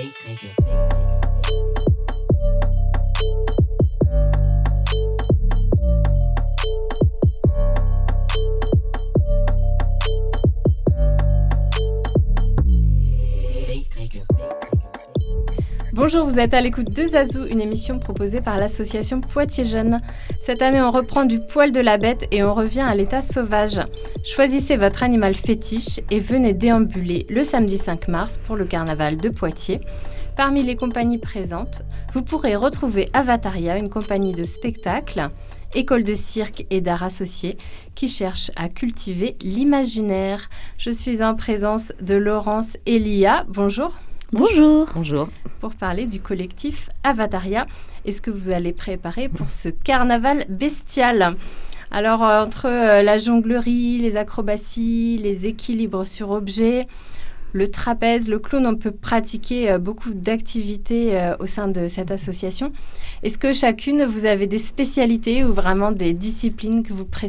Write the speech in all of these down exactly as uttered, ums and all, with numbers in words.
Bonjour, vous êtes à l'écoute de Zazou, une émission proposée par l'association Poitiers Jeunes. Cette année, on reprend du poil de la bête et on revient à l'état sauvage. Choisissez votre animal fétiche et venez déambuler le samedi cinq mars pour le carnaval de Poitiers. Parmi les compagnies présentes, vous pourrez retrouver Avataria, une compagnie de spectacle, école de cirque et d'art associés qui cherche à cultiver l'imaginaire. Je suis en présence de Laurence et Lia. Bonjour. Bonjour. Bonjour. Pour parler du collectif Avataria et ce que vous allez préparer pour ce carnaval bestial. Alors, euh, entre euh, la jonglerie, les acrobaties, les équilibres sur objets, le trapèze, le clown, on peut pratiquer euh, beaucoup d'activités euh, au sein de cette association. Est-ce que chacune, vous avez des spécialités ou vraiment des disciplines que vous préférez ?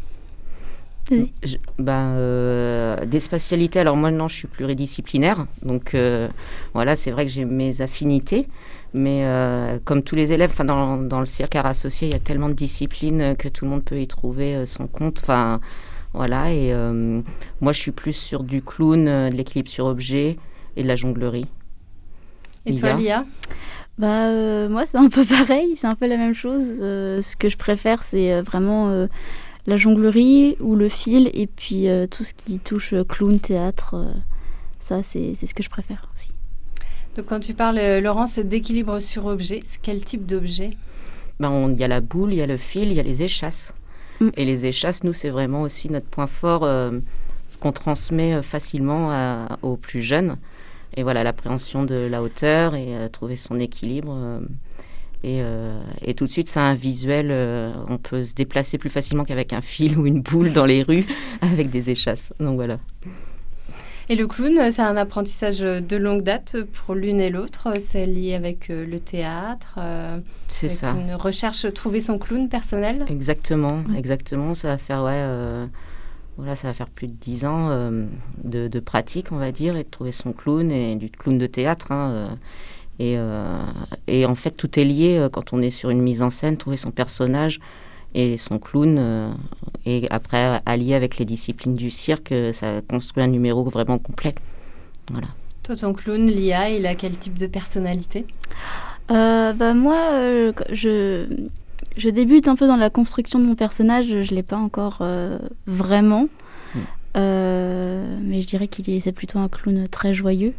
Je, ben, euh, des spécialités, alors moi non, je suis pluridisciplinaire, donc euh, voilà, c'est vrai que j'ai mes affinités, mais euh, comme tous les élèves, dans, dans le cirque art associé, il y a tellement de disciplines que tout le monde peut y trouver euh, son compte, enfin voilà, et euh, moi je suis plus sur du clown, euh, de l'équilibre sur objet et de la jonglerie. Et toi, Lia ? Bah, euh, moi c'est un peu pareil, c'est un peu la même chose, euh, ce que je préfère c'est euh, vraiment... Euh, la jonglerie ou le fil et puis euh, tout ce qui touche euh, clown, théâtre, euh, ça c'est, c'est ce que je préfère aussi. Donc quand tu parles, euh, Laurence, d'équilibre sur objet, c'est quel type d'objet ? Ben, il y a la boule, il y a le fil, il y a les échasses. Mm. Et les échasses, nous, c'est vraiment aussi notre point fort euh, qu'on transmet facilement à, aux plus jeunes. Et voilà, l'appréhension de la hauteur et euh, trouver son équilibre... Euh, Et, euh, et tout de suite, c'est un visuel, euh, on peut se déplacer plus facilement qu'avec un fil ou une boule dans les rues avec des échasses. Donc voilà. Et le clown, c'est un apprentissage de longue date pour l'une et l'autre. C'est lié avec le théâtre. Euh, c'est avec ça. Une recherche, trouver son clown personnel. Exactement, exactement. Ça va faire, ouais, euh, voilà, ça va faire plus de dix ans euh, de, de pratique, on va dire, et de trouver son clown et du clown de théâtre. Hein, euh, Et, euh, et en fait, tout est lié euh, quand on est sur une mise en scène, trouver son personnage et son clown. Euh, et après, allié avec les disciplines du cirque, euh, ça construit un numéro vraiment complet. Voilà. Toi, ton clown, Lia, il a quel type de personnalité ? euh, bah, Moi, euh, je, je débute un peu dans la construction de mon personnage. Je ne l'ai pas encore euh, vraiment. Mmh. Euh, mais je dirais qu'il est, c'est plutôt un clown très joyeux.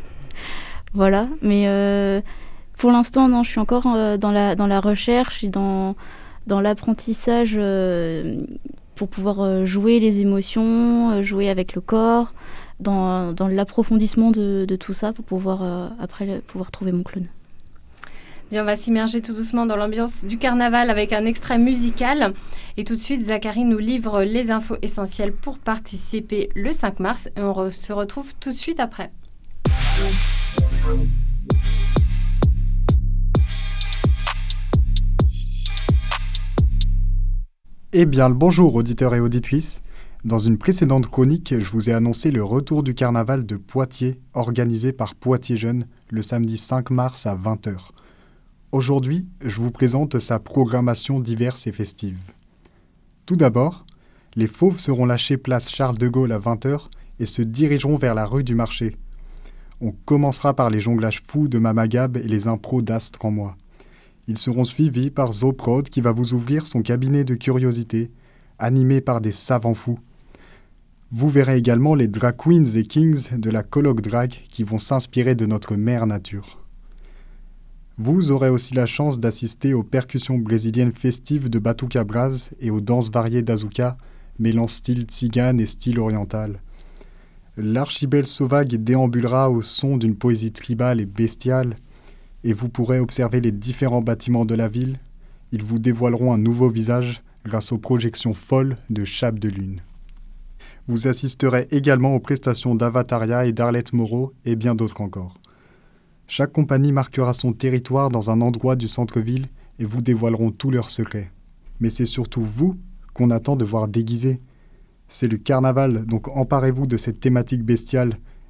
Voilà, mais euh, pour l'instant, non, je suis encore euh, dans, la, dans la recherche et dans, dans l'apprentissage euh, pour pouvoir euh, jouer les émotions, euh, jouer avec le corps, dans, dans l'approfondissement de, de tout ça pour pouvoir, euh, après, pouvoir trouver mon clown. Bien, on va s'immerger tout doucement dans l'ambiance du carnaval avec un extrait musical. Et tout de suite, Zachary nous livre les infos essentielles pour participer le cinq mars. Et on re- se retrouve tout de suite après. Eh bien, le bonjour auditeurs et auditrices. Dans une précédente chronique, je vous ai annoncé le retour du carnaval de Poitiers, organisé par Poitiers Jeunes, le samedi cinq mars à vingt heures. Aujourd'hui, je vous présente sa programmation diverse et festive. Tout d'abord, les fauves seront lâchés place Charles de Gaulle à vingt heures et se dirigeront vers la rue du Marché. On commencera par les jonglages fous de Mama Gab et les impros d'Astre en moi. Ils seront suivis par Zoprod qui va vous ouvrir son cabinet de curiosité, animé par des savants fous. Vous verrez également les drag queens et kings de la colloque drag qui vont s'inspirer de notre mère nature. Vous aurez aussi la chance d'assister aux percussions brésiliennes festives de Batuca Braz et aux danses variées d'Azuka, mêlant style tzigane et style oriental. L'archibel Sauvage déambulera au son d'une poésie tribale et bestiale, et vous pourrez observer les différents bâtiments de la ville. Ils vous dévoileront un nouveau visage grâce aux projections folles de Chape de Lune. Vous assisterez également aux prestations d'Avataria et d'Arlette Moreau et bien d'autres encore. Chaque compagnie marquera son territoire dans un endroit du centre-ville et vous dévoileront tous leurs secrets. Mais c'est surtout vous qu'on attend de voir déguisé. C'est le carnaval, donc emparez-vous de cette thématique bestiale.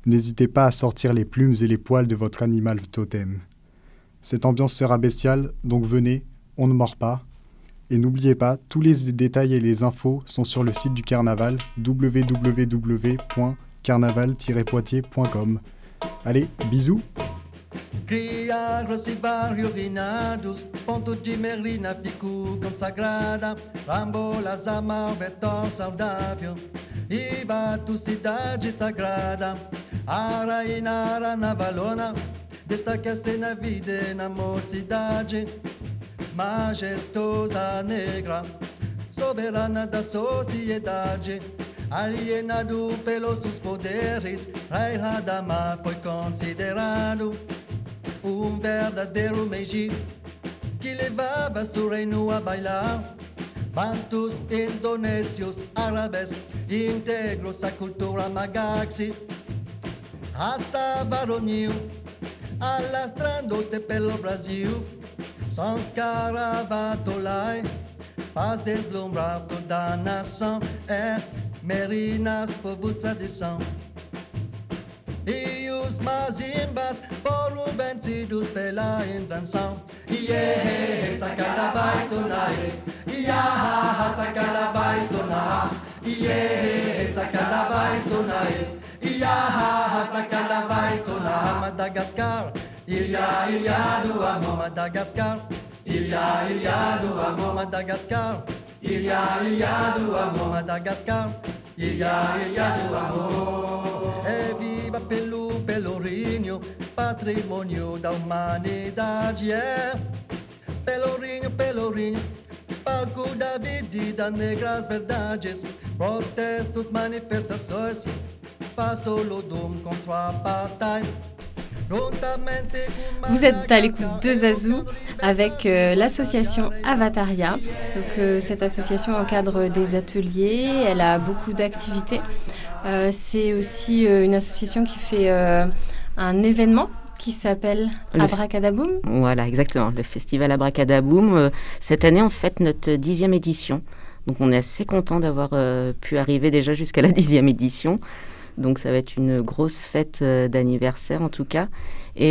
n'hésitez pas à sortir les plumes et les poils de votre animal totem. Cette ambiance sera bestiale, donc venez, on ne mord pas. Et n'oubliez pas, tous les détails et les infos sont sur le site du carnaval, w w w point carnaval tiret poitiers point com. Allez, bisous! Criagros e vários reinados, ponto de Merlina ficou consagrada, Rambolas, Amalbetor saudável, e Batu, cidade sagrada, a Rainara Navalona, destaca-se na vida e na mocidade, majestosa negra, soberana da sociedade, alienado pelos seus poderes, Rei Radamar foi considerado um verdadeiro Meiji que levava seu reino a bailar. Bantus, indonésios, árabes, íntegros à cultura magaxi, raça varonil, alastrando-se pelo Brasil. São Caravadolai, faz deslumbrar toda a nação. É Merinas, povos, tradição. E os mazimbas foram vencidos pela invenção. Iê, sacada vai sonar. Iá, sacada vai sonar. Iê, sacada vai sonar. Iá, sacada vai sonar. Madagascar, ilha, ilha do amor. Madagascar, ilha, ilha do amor. Madagascar, ilha, ilha do amor. Madagascar, ilha, ilha do amor. É viva pelo Pelourinho, patrimônio da humanidade. É Pelourinho, Pelourinho, palco da vida negra, as verdades, protestos, manifestações, passo Lodum contre apartheid. Vous êtes à l'écoute de Zazou avec euh, l'association Avataria. Donc, euh, cette association encadre des ateliers, elle a beaucoup d'activités. Euh, c'est aussi euh, une association qui fait euh, un événement qui s'appelle le Abracadaboum. F... Voilà, exactement, le festival Abracadaboum. Euh, cette année, on fête notre dixième édition. Donc on est assez content d'avoir euh, pu arriver déjà jusqu'à la dixième édition. Donc ça va être une grosse fête euh, d'anniversaire en tout cas. Et,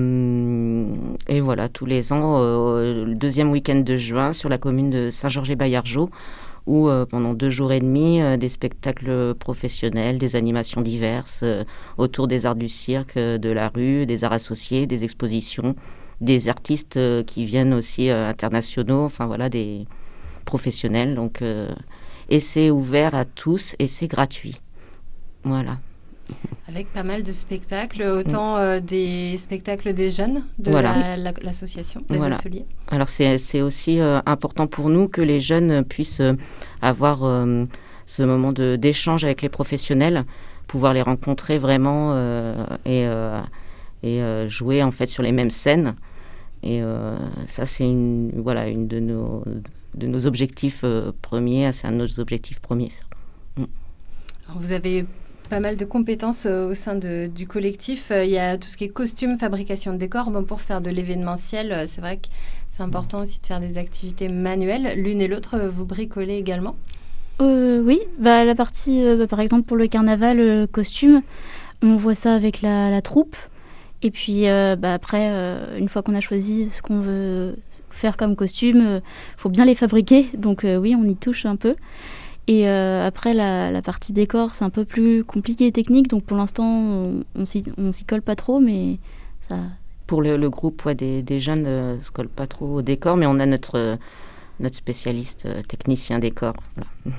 euh, et voilà, tous les ans, euh, le deuxième week-end de juin, sur la commune de Saint-Georges-et-Baillargeaux, où euh, pendant deux jours et demi, euh, des spectacles professionnels, des animations diverses euh, autour des arts du cirque, euh, de la rue, des arts associés, des expositions, des artistes euh, qui viennent aussi euh, internationaux, enfin voilà, des professionnels. Donc, euh, et c'est ouvert à tous et c'est gratuit. Voilà. Avec pas mal de spectacles, autant euh, des spectacles des jeunes de voilà. la, la, l'association, les voilà. ateliers. Alors c'est, c'est aussi euh, important pour nous que les jeunes puissent euh, avoir euh, ce moment de, d'échange avec les professionnels, pouvoir les rencontrer vraiment euh, et, euh, et euh, jouer en fait sur les mêmes scènes. Et euh, ça c'est une, voilà, une de nos, de nos objectifs euh, premiers, c'est un de nos objectifs premiers. Mm. Alors vous avez pas mal de compétences euh, au sein de, du collectif. Il euh, y a tout ce qui est costume, fabrication de décors. Bon, pour faire de l'événementiel, euh, c'est vrai que c'est important aussi de faire des activités manuelles. L'une et l'autre, euh, vous bricolez également euh, Oui, bah, la partie, euh, bah, par exemple pour le carnaval, euh, costume, on voit ça avec la, la troupe. Et puis euh, bah, après, euh, une fois qu'on a choisi ce qu'on veut faire comme costume, il euh, faut bien les fabriquer. Donc euh, oui, on y touche un peu. Et euh, après, la, la partie décor, c'est un peu plus compliqué et technique. Donc pour l'instant, on, on, s'y, on s'y colle pas trop, mais ça... Pour le, le groupe, ouais, des, des jeunes ne se collent pas trop au décor, mais on a notre, euh, notre spécialiste euh, technicien décor. Voilà.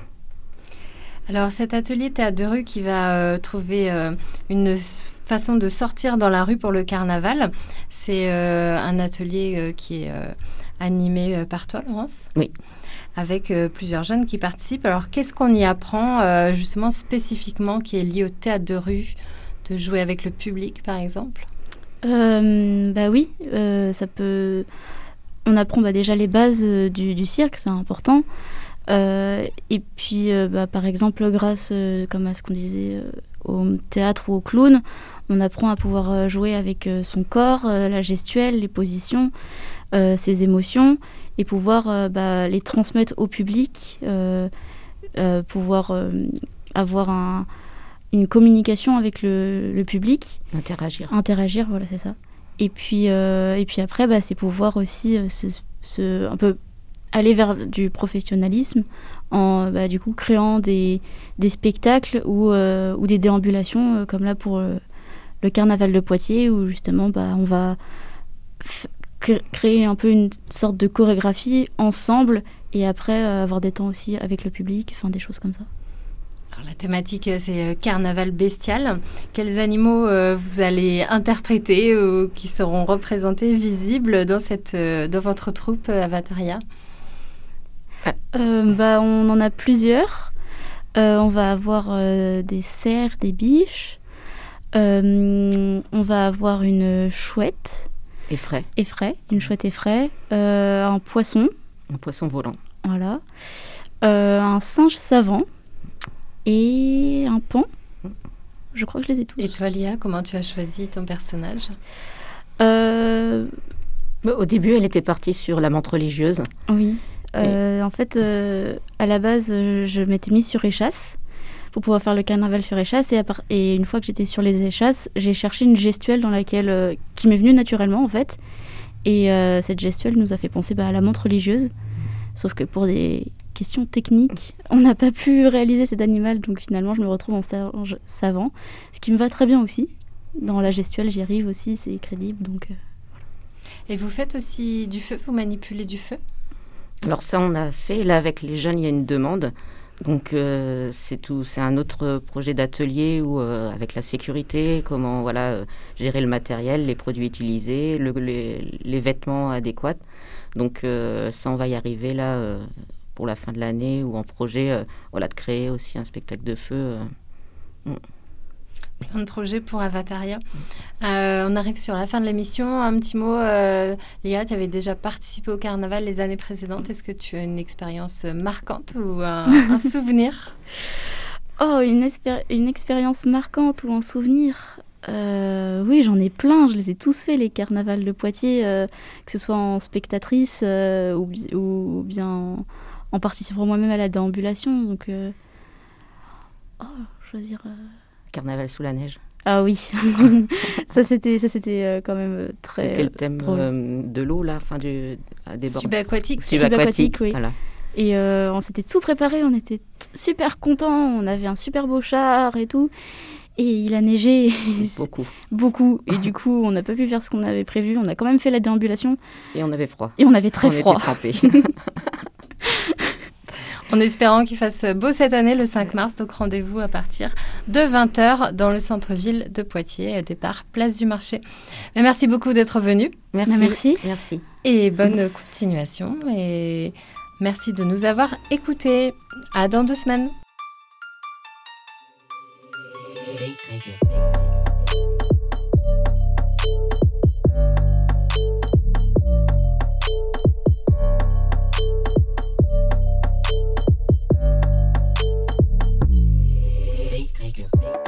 Alors cet atelier théâtre de rue qui va euh, trouver euh, une façon de sortir dans la rue pour le carnaval, c'est euh, un atelier euh, qui est euh, animé euh, par toi, Laurence ? Oui. Avec euh, plusieurs jeunes qui participent. Alors, qu'est-ce qu'on y apprend, euh, justement, spécifiquement, qui est lié au théâtre de rue, de jouer avec le public, par exemple ? euh, Bah oui, euh, ça peut... On apprend bah, déjà les bases euh, du, du cirque, c'est important. Euh, et puis, euh, bah, par exemple, grâce, euh, comme à ce qu'on disait, euh, au théâtre ou au clown, on apprend à pouvoir euh, jouer avec euh, son corps, euh, la gestuelle, les positions, euh, ses émotions, et pouvoir euh, bah, les transmettre au public, euh, euh, pouvoir euh, avoir un, une communication avec le, le public. Interagir. Interagir, voilà, c'est ça. Et puis, euh, et puis après, bah, c'est pouvoir aussi euh, se, se, un peu aller vers du professionnalisme en bah, du coup créant des, des spectacles ou, euh, ou des déambulations euh, comme là pour euh, le carnaval de Poitiers où justement bah, on va f- créer un peu une sorte de chorégraphie ensemble et après euh, avoir des temps aussi avec le public, enfin des choses comme ça. Alors, la thématique, c'est euh, carnaval bestial. Quels animaux euh, vous allez interpréter ou qui seront représentés, visibles dans, cette, euh, dans votre troupe euh, Avataria ? euh, bah, On en a plusieurs. Euh, on va avoir euh, des cerfs, des biches. Euh, on va avoir une chouette. Effraie. Effraie, une chouette effraie. Euh, un poisson. Un poisson volant. Voilà. Euh, un singe savant. Et un pan. Je crois que je les ai tous. Et toi, Lia, comment tu as choisi ton personnage ? euh... Au début, elle était partie sur la menthe religieuse. Oui. Euh, en fait, euh, à la base, euh, je m'étais mise sur échasse pour pouvoir faire le carnaval sur échasse. Et, part... et une fois que j'étais sur les échasses, j'ai cherché une gestuelle dans laquelle, euh, qui m'est venue naturellement, en fait. Et euh, cette gestuelle nous a fait penser bah, à la menthe religieuse. Sauf que pour des questions techniques, on n'a pas pu réaliser cet animal, donc finalement je me retrouve en singe savant, ce qui me va très bien aussi. Dans la gestuelle, j'y arrive aussi, c'est crédible, donc euh, voilà. Et vous faites aussi du feu, vous manipulez du feu ? Alors ça, on a fait, là avec les jeunes, il y a une demande, donc euh, c'est tout, c'est un autre projet d'atelier où euh, avec la sécurité, comment voilà euh, gérer le matériel, les produits utilisés, le, les, les vêtements adéquats. Donc euh, ça, on va y arriver là euh, pour la fin de l'année ou en projet, euh, voilà, de créer aussi un spectacle de feu. Euh. Mm. Plein de projets pour Avataria. Euh, on arrive sur la fin de l'émission. Un petit mot, euh, Lia, tu avais déjà participé au carnaval les années précédentes. Est-ce que tu as une expérience marquante ou un, un souvenir ? Oh, une, espér- une expérience marquante ou un souvenir euh, oui, j'en ai plein, je les ai tous faits, les carnavals de Poitiers, euh, que ce soit en spectatrice euh, ou, bi- ou bien en, en participant moi-même à la déambulation. Donc, euh... oh, choisir. Euh... Carnaval sous la neige. Ah oui, ça c'était, ça c'était euh, quand même euh, très. C'était le thème drôle. euh, de l'eau là, enfin du à des bords. Subaquatique. Subaquatique, oui. Voilà. Et euh, on s'était tout préparé, on était t- super contents, on avait un super beau char et tout. Et il a neigé beaucoup. beaucoup. Et du coup, on n'a pas pu faire ce qu'on avait prévu. On a quand même fait la déambulation. Et on avait froid. Et on avait très on froid. On était trempés. En espérant qu'il fasse beau cette année, le cinq mars. Donc rendez-vous à partir de vingt heures dans le centre-ville de Poitiers, départ Place du Marché. Mais merci beaucoup d'être venu. Merci. Merci. Merci. Et bonne continuation. Et merci de nous avoir écoutés. À dans deux semaines. Bass Cracker.